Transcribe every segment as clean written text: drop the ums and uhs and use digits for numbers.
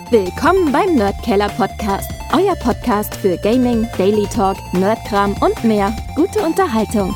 Willkommen beim Nerdkeller Podcast. Euer Podcast für Gaming, Daily Talk, Nerdkram und mehr. Gute Unterhaltung.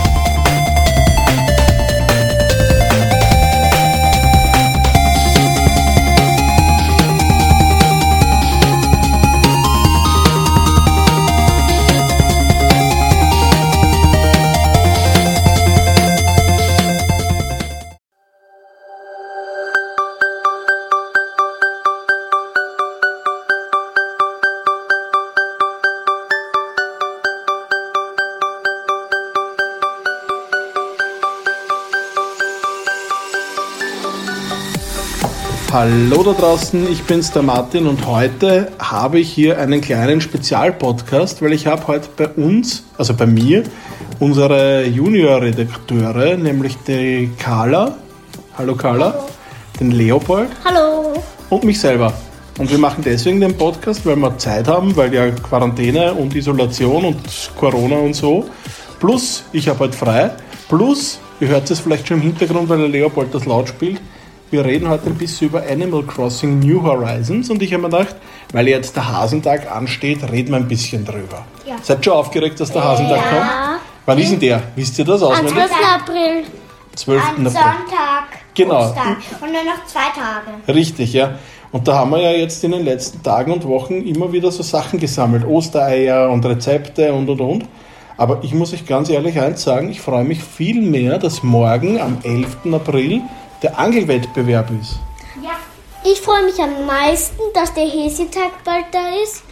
Hallo da draußen, ich bin's, der Martin, und heute habe ich hier einen kleinen Spezialpodcast, weil ich habe heute bei uns, also bei mir, unsere Junior-Redakteure, nämlich die Carla, hallo Carla, den Leopold, hallo, und mich selber. Und wir machen deswegen den Podcast, weil wir Zeit haben, weil ja Quarantäne und Isolation und Corona und so, plus ich habe heute frei, plus, ihr hört es vielleicht schon im Hintergrund, weil der Leopold das laut spielt, wir reden heute ein bisschen über Animal Crossing New Horizons und ich habe mir gedacht, weil jetzt der Hasentag ansteht, reden wir ein bisschen drüber. Ja. Seid ihr schon aufgeregt, dass der Hasentag kommt? Wann ist denn der? Wisst ihr das auswendig? Am 12. April. 12. April. Sonntag. Genau. Ostern. Und nur noch 2 Tage. Richtig, ja. Und da haben wir ja jetzt in den letzten Tagen und Wochen immer wieder so Sachen gesammelt. Ostereier und Rezepte und. Aber ich muss euch ganz ehrlich eins sagen, ich freue mich viel mehr, dass morgen am 11. April der Angelwettbewerb ist. Ja. Ich freue mich am meisten, dass der Häschentag bald da ist,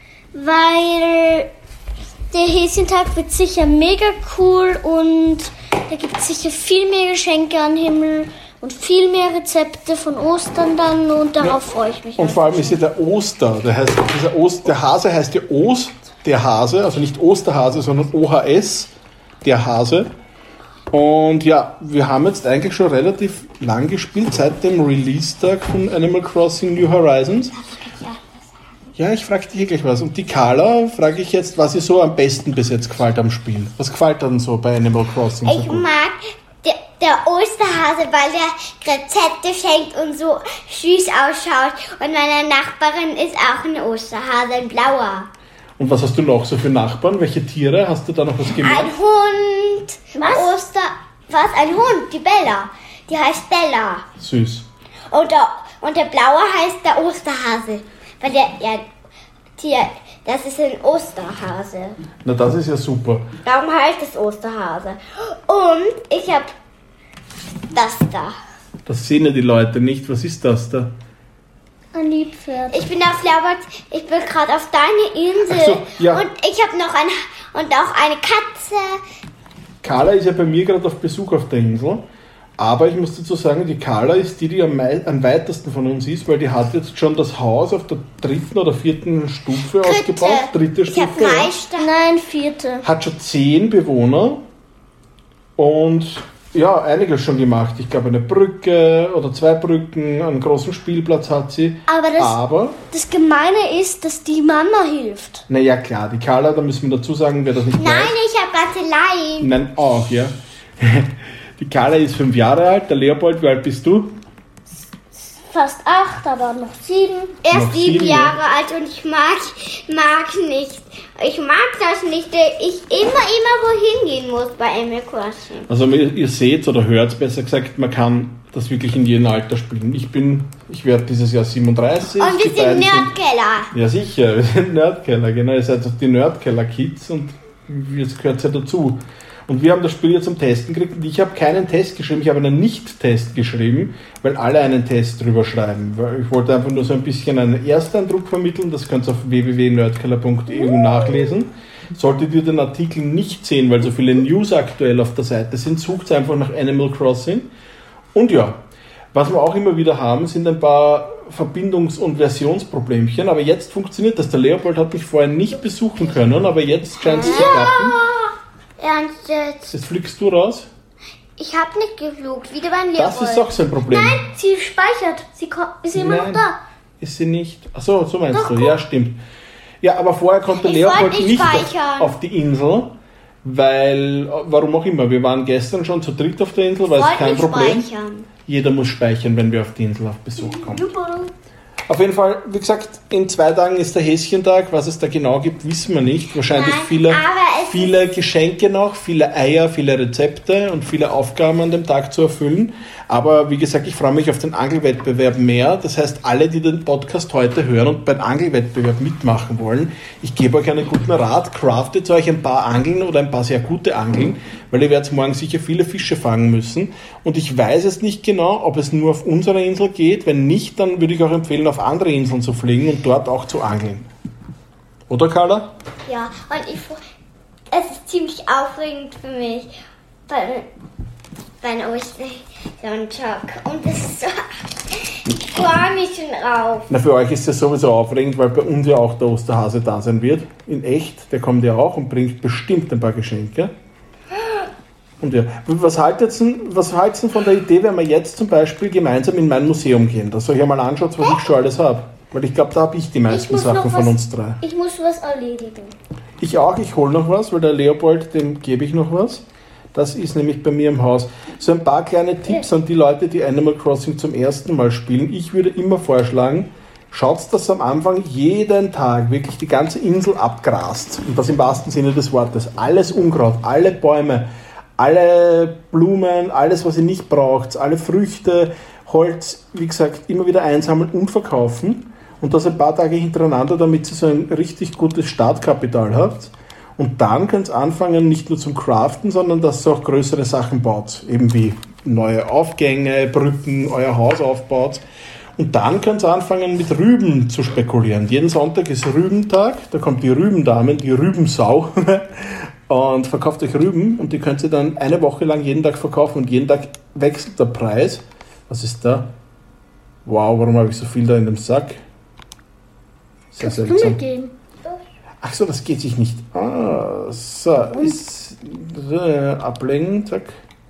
weil der Häschentag wird sicher mega cool und da gibt es sicher viel mehr Geschenke am Himmel und viel mehr Rezepte von Ostern dann und darauf freue ich mich. Und vor allem ist ja der Oster, der Hase heißt ja der Hase, also nicht Osterhase, sondern OHS, der Hase. Und ja, wir haben jetzt eigentlich schon relativ lang gespielt, seit dem Release-Tag von Animal Crossing New Horizons. Ja, ich frage dich gleich was. Und die Carla frage ich jetzt, was ihr so am besten bis jetzt gefällt am Spiel. Was gefällt dir denn so bei Animal Crossing? Ich mag der Osterhase, weil der Rezepte schenkt und so süß ausschaut. Und meine Nachbarin ist auch ein Osterhase, ein blauer. Und was hast du noch so für Nachbarn? Welche Tiere? Hast du da noch was gemerkt? Ein Hund. Was? Ein Hund, die Bella. Die heißt Bella. Süß. Und der blaue heißt der Osterhase. Weil das ist ein Osterhase. Na, das ist ja super. Darum heißt es Osterhase. Und ich habe das da. Das sehen ja die Leute nicht. Was ist das da? Ein Nilpferd. Ich bin gerade auf deine Insel. Ach so, ja. Und ich habe noch eine Katze. Carla ist ja bei mir gerade auf Besuch auf der Insel. Aber ich muss dazu sagen, die Carla ist die am weitesten von uns ist, weil die hat jetzt schon das Haus auf der 3. oder 4. Stufe ausgebaut. 3. Stufe. Ich habe 3. Nein, 4. Hat schon 10 Bewohner und ja, einiges schon gemacht. Ich glaube, eine Brücke oder 2 Brücken, einen großen Spielplatz hat sie. Aber das Gemeine ist, dass die Mama hilft. Naja, klar, die Carla, da müssen wir dazu sagen, wer das nicht weiß. Nein, ich habe Bastelei. Nein, auch, ja. Die Carla ist 5 Jahre alt, der Leopold, wie alt bist du? Fast 8, aber noch 7. Er ist 7 Jahre alt und ich mag nicht. Ich mag das nicht, ich immer wohin gehen muss bei Animal Crossing. Also ihr seht oder hört, besser gesagt, man kann das wirklich in jedem Alter spielen. Ich werde dieses Jahr 37. Und wir sind Nerdkeller. Ja sicher, wir sind Nerdkeller, genau. Ihr seid die Nerdkeller-Kids und jetzt gehört ja dazu. Und wir haben das Spiel jetzt zum Testen gekriegt und ich habe keinen Test geschrieben, ich habe einen Nicht-Test geschrieben, weil alle einen Test drüber schreiben. Ich wollte einfach nur so ein bisschen einen Ersteindruck vermitteln, das könnt ihr auf www.nerdkeller.eu nachlesen. Solltet ihr den Artikel nicht sehen, weil so viele News aktuell auf der Seite sind, sucht einfach nach Animal Crossing. Und ja, was wir auch immer wieder haben, sind ein paar Verbindungs- und Versionsproblemchen, aber jetzt funktioniert das. Der Leopold hat mich vorher nicht besuchen können, aber jetzt scheint es zu klappen. Ernst jetzt? Jetzt fliegst du raus? Ich habe nicht geflucht, wieder beim Leopold. Das ist auch sein Problem. Nein, sie speichert. Sie ist immer noch da. Ist sie nicht? Achso, so meinst Doch, du. guck. Ja, stimmt. Ja, aber vorher konnte Leopold nicht auf die Insel, weil, warum auch immer, wir waren gestern schon zu dritt auf der Insel, war es kein Problem. Jeder muss speichern, wenn wir auf die Insel auf Besuch kommen. Auf jeden Fall, wie gesagt, in 2 Tagen ist der Häschentag. Was es da genau gibt, wissen wir nicht. Wahrscheinlich viele Geschenke noch, viele Eier, viele Rezepte und viele Aufgaben an dem Tag zu erfüllen. Aber wie gesagt, ich freue mich auf den Angelwettbewerb mehr. Das heißt, alle, die den Podcast heute hören und beim Angelwettbewerb mitmachen wollen, ich gebe euch einen guten Rat. Craftet euch ein paar Angeln oder ein paar sehr gute Angeln, weil ihr werdet morgen sicher viele Fische fangen müssen. Und ich weiß jetzt nicht genau, ob es nur auf unserer Insel geht. Wenn nicht, dann würde ich auch empfehlen, auf andere Inseln zu fliegen und dort auch zu angeln. Oder, Carla? Ja, und es ist ziemlich aufregend für mich bei Ostersonntag. Und es ist so, ich freue mich schon drauf. Na, für euch ist es sowieso aufregend, weil bei uns ja auch der Osterhase da sein wird. In echt, der kommt ja auch und bringt bestimmt ein paar Geschenke. Und ja, was haltet ihr von der Idee, wenn wir jetzt zum Beispiel gemeinsam in mein Museum gehen, dass ihr euch einmal anschaut, was ich schon alles habe? Weil ich glaube, da habe ich die meisten Sachen von uns 3. Ich muss was erledigen. Ich auch, ich hole noch was, weil der Leopold, dem gebe ich noch was. Das ist nämlich bei mir im Haus. So ein paar kleine Tipps an die Leute, die Animal Crossing zum ersten Mal spielen. Ich würde immer vorschlagen, schaut, dass am Anfang jeden Tag wirklich die ganze Insel abgrast. Und das im wahrsten Sinne des Wortes. Alles Unkraut, alle Bäume, alle Blumen, alles, was ihr nicht braucht, alle Früchte, Holz, wie gesagt, immer wieder einsammeln und verkaufen. Und das ein paar Tage hintereinander, damit ihr so ein richtig gutes Startkapital habt. Und dann könnt ihr anfangen, nicht nur zum Craften, sondern dass ihr auch größere Sachen baut. Eben wie neue Aufgänge, Brücken, euer Haus aufbaut. Und dann könnt ihr anfangen, mit Rüben zu spekulieren. Jeden Sonntag ist Rübentag, da kommt die Rübendame, die Rübensau. Und verkauft euch Rüben und die könnt ihr dann eine Woche lang jeden Tag verkaufen und jeden Tag wechselt der Preis. Was ist da? Wow, warum habe ich so viel da in dem Sack? Sehr seltsam. Kannst du mitgehen? Ach so, das geht sich nicht. So, ist ablegen, zack.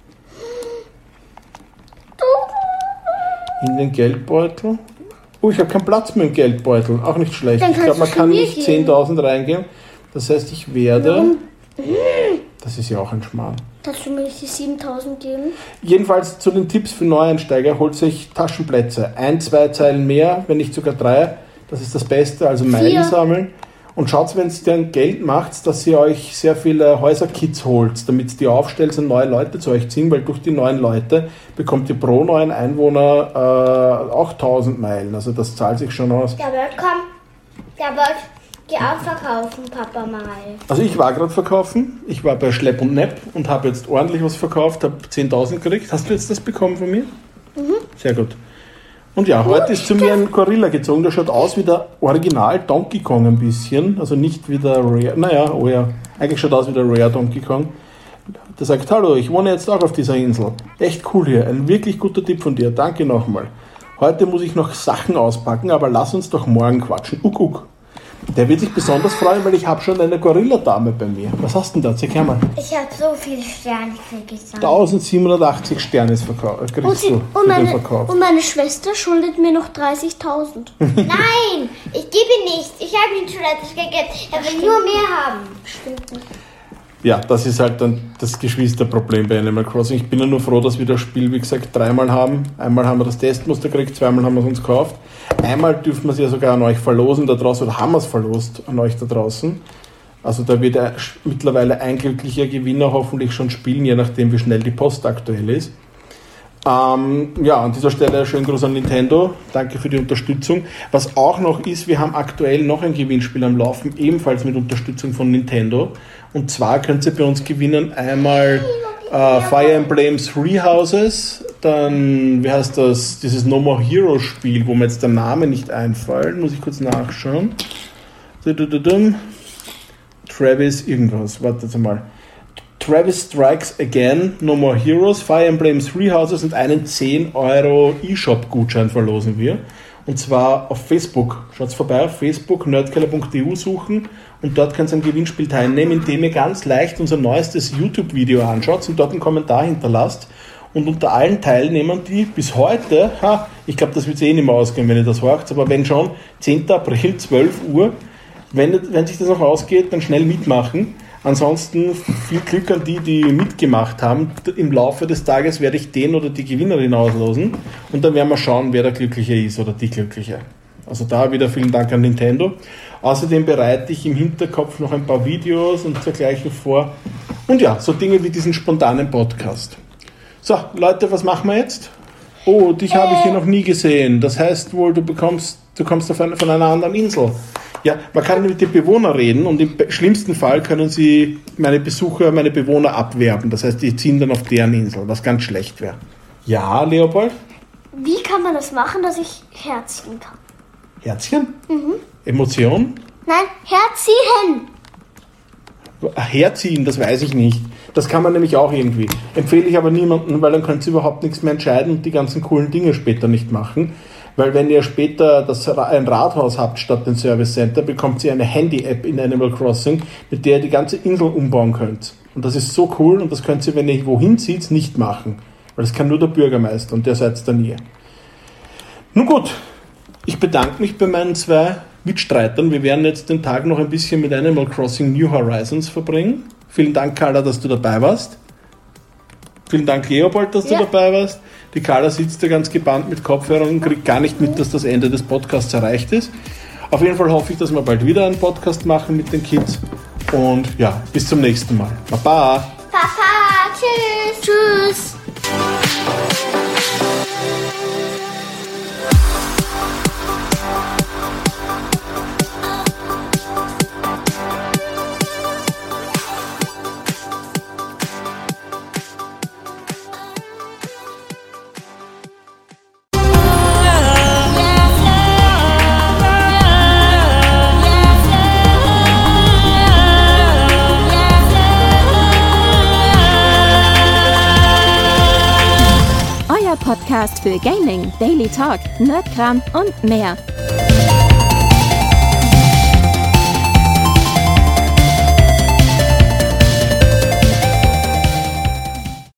In den Geldbeutel. Oh, ich habe keinen Platz mehr im Geldbeutel. Auch nicht schlecht. Ich glaube, man kann nicht 10.000 reingeben. Das heißt, ich werde... Das ist ja auch ein Schmarrn. Kannst du mir die 7.000 geben? Jedenfalls zu den Tipps für Neueinsteiger, holt euch Taschenplätze. 1, 2 Zeilen mehr, wenn nicht sogar 3. Das ist das Beste, also Meilen sammeln. Und schaut, wenn ihr dann Geld macht, dass ihr euch sehr viele Häuserkits holt, damit die aufstellt und neue Leute zu euch ziehen, weil durch die neuen Leute bekommt ihr pro neuen Einwohner auch 1.000 Meilen. Also das zahlt sich schon aus. Gabriel, komm. Gabriel, geh auch verkaufen, Papa mal. Also ich war gerade verkaufen. Ich war bei Schlepp und Nepp und habe jetzt ordentlich was verkauft, habe 10.000 gekriegt. Hast du jetzt das bekommen von mir? Mhm. Sehr gut. Und ja, heute ist zu mir ein Gorilla gezogen, der schaut aus wie der Original Donkey Kong ein bisschen, also nicht wie der Rare, naja, oh ja, eigentlich schaut aus wie der Rare Donkey Kong. Der sagt, hallo, ich wohne jetzt auch auf dieser Insel. Echt cool hier, ein wirklich guter Tipp von dir, danke nochmal. Heute muss ich noch Sachen auspacken, aber lass uns doch morgen quatschen. Uck. Der wird sich besonders freuen, weil ich habe schon eine Gorilla-Dame bei mir. Was hast du denn da? Zeig her mal. Ich habe so viele Sterne gekriegt. 1780 Sterne kriegst du für den Verkauf. Und meine Schwester schuldet mir noch 30.000. Nein, ich gebe nicht. Ich habe ihm schon etwas gegeben. Er will nur mehr haben. Stimmt nicht. Ja, das ist halt dann das Geschwisterproblem bei Animal Crossing. Ich bin ja nur froh, dass wir das Spiel, wie gesagt, 3-mal haben. Einmal haben wir das Testmuster gekriegt, 2-mal haben wir es uns gekauft. Einmal dürfen wir es ja sogar an euch verlosen da draußen, oder haben wir es verlost an euch da draußen. Also da wird mittlerweile ein glücklicher Gewinner hoffentlich schon spielen, je nachdem wie schnell die Post aktuell ist. Ja, an dieser Stelle schönen Gruß an Nintendo. Danke für die Unterstützung. Was auch noch ist, wir haben aktuell noch ein Gewinnspiel am Laufen, ebenfalls mit Unterstützung von Nintendo. Und zwar könnt ihr bei uns gewinnen einmal Fire Emblem Three Houses, dann, wie heißt das, dieses No More Heroes Spiel, wo mir jetzt der Name nicht einfällt, muss ich kurz nachschauen. Travis irgendwas, wartet mal. Travis Strikes Again, No More Heroes, Fire Emblem Three Houses und einen 10 € eShop-Gutschein verlosen wir. Und zwar auf Facebook. Schaut vorbei auf Facebook, nerdkeller.eu suchen und dort könnt ihr am Gewinnspiel teilnehmen, indem ihr ganz leicht unser neuestes YouTube-Video anschaut und dort einen Kommentar hinterlasst. Und unter allen Teilnehmern, die bis heute, ich glaube, das wird eh nicht mehr ausgehen, wenn ihr das hört, aber wenn schon, 10. April, 12 Uhr, wenn sich das noch ausgeht, dann schnell mitmachen. Ansonsten viel Glück an die mitgemacht haben. Im Laufe des Tages werde ich den oder die Gewinnerin auslosen und dann werden wir schauen, wer der Glückliche ist oder die Glückliche. Also da wieder vielen Dank an Nintendo. Außerdem bereite ich im Hinterkopf noch ein paar Videos und dergleichen vor. Und ja, so Dinge wie diesen spontanen Podcast. So, Leute, was machen wir jetzt? Oh, dich habe ich hier noch nie gesehen. Das heißt wohl, du kommst von einer anderen Insel. Ja, man kann mit den Bewohnern reden und im schlimmsten Fall können sie meine Bewohner abwerben. Das heißt, die ziehen dann auf deren Insel, was ganz schlecht wäre. Ja, Leopold? Wie kann man das machen, dass ich herziehen kann? Herzchen? Emotion? Nein, herziehen! Herziehen, das weiß ich nicht. Das kann man nämlich auch irgendwie. Empfehle ich aber niemandem, weil dann könnt ihr überhaupt nichts mehr entscheiden und die ganzen coolen Dinge später nicht machen. Weil wenn ihr später ein Rathaus habt statt den Service Center, bekommt ihr eine Handy-App in Animal Crossing, mit der ihr die ganze Insel umbauen könnt. Und das ist so cool und das könnt ihr, wenn ihr wohin zieht, nicht machen. Weil das kann nur der Bürgermeister und der seid dann ihr. Nun gut, ich bedanke mich bei meinen 2 Mitstreitern. Wir werden jetzt den Tag noch ein bisschen mit Animal Crossing New Horizons verbringen. Vielen Dank, Carla, dass du dabei warst. Vielen Dank, Leopold, dass du dabei warst. Die Carla sitzt da ganz gebannt mit Kopfhörern und kriegt gar nicht mit, dass das Ende des Podcasts erreicht ist. Auf jeden Fall hoffe ich, dass wir bald wieder einen Podcast machen mit den Kids. Und ja, bis zum nächsten Mal. Baba! Papa, tschüss! Tschüss! Podcast für Gaming, Daily Talk, Nerdkram und mehr.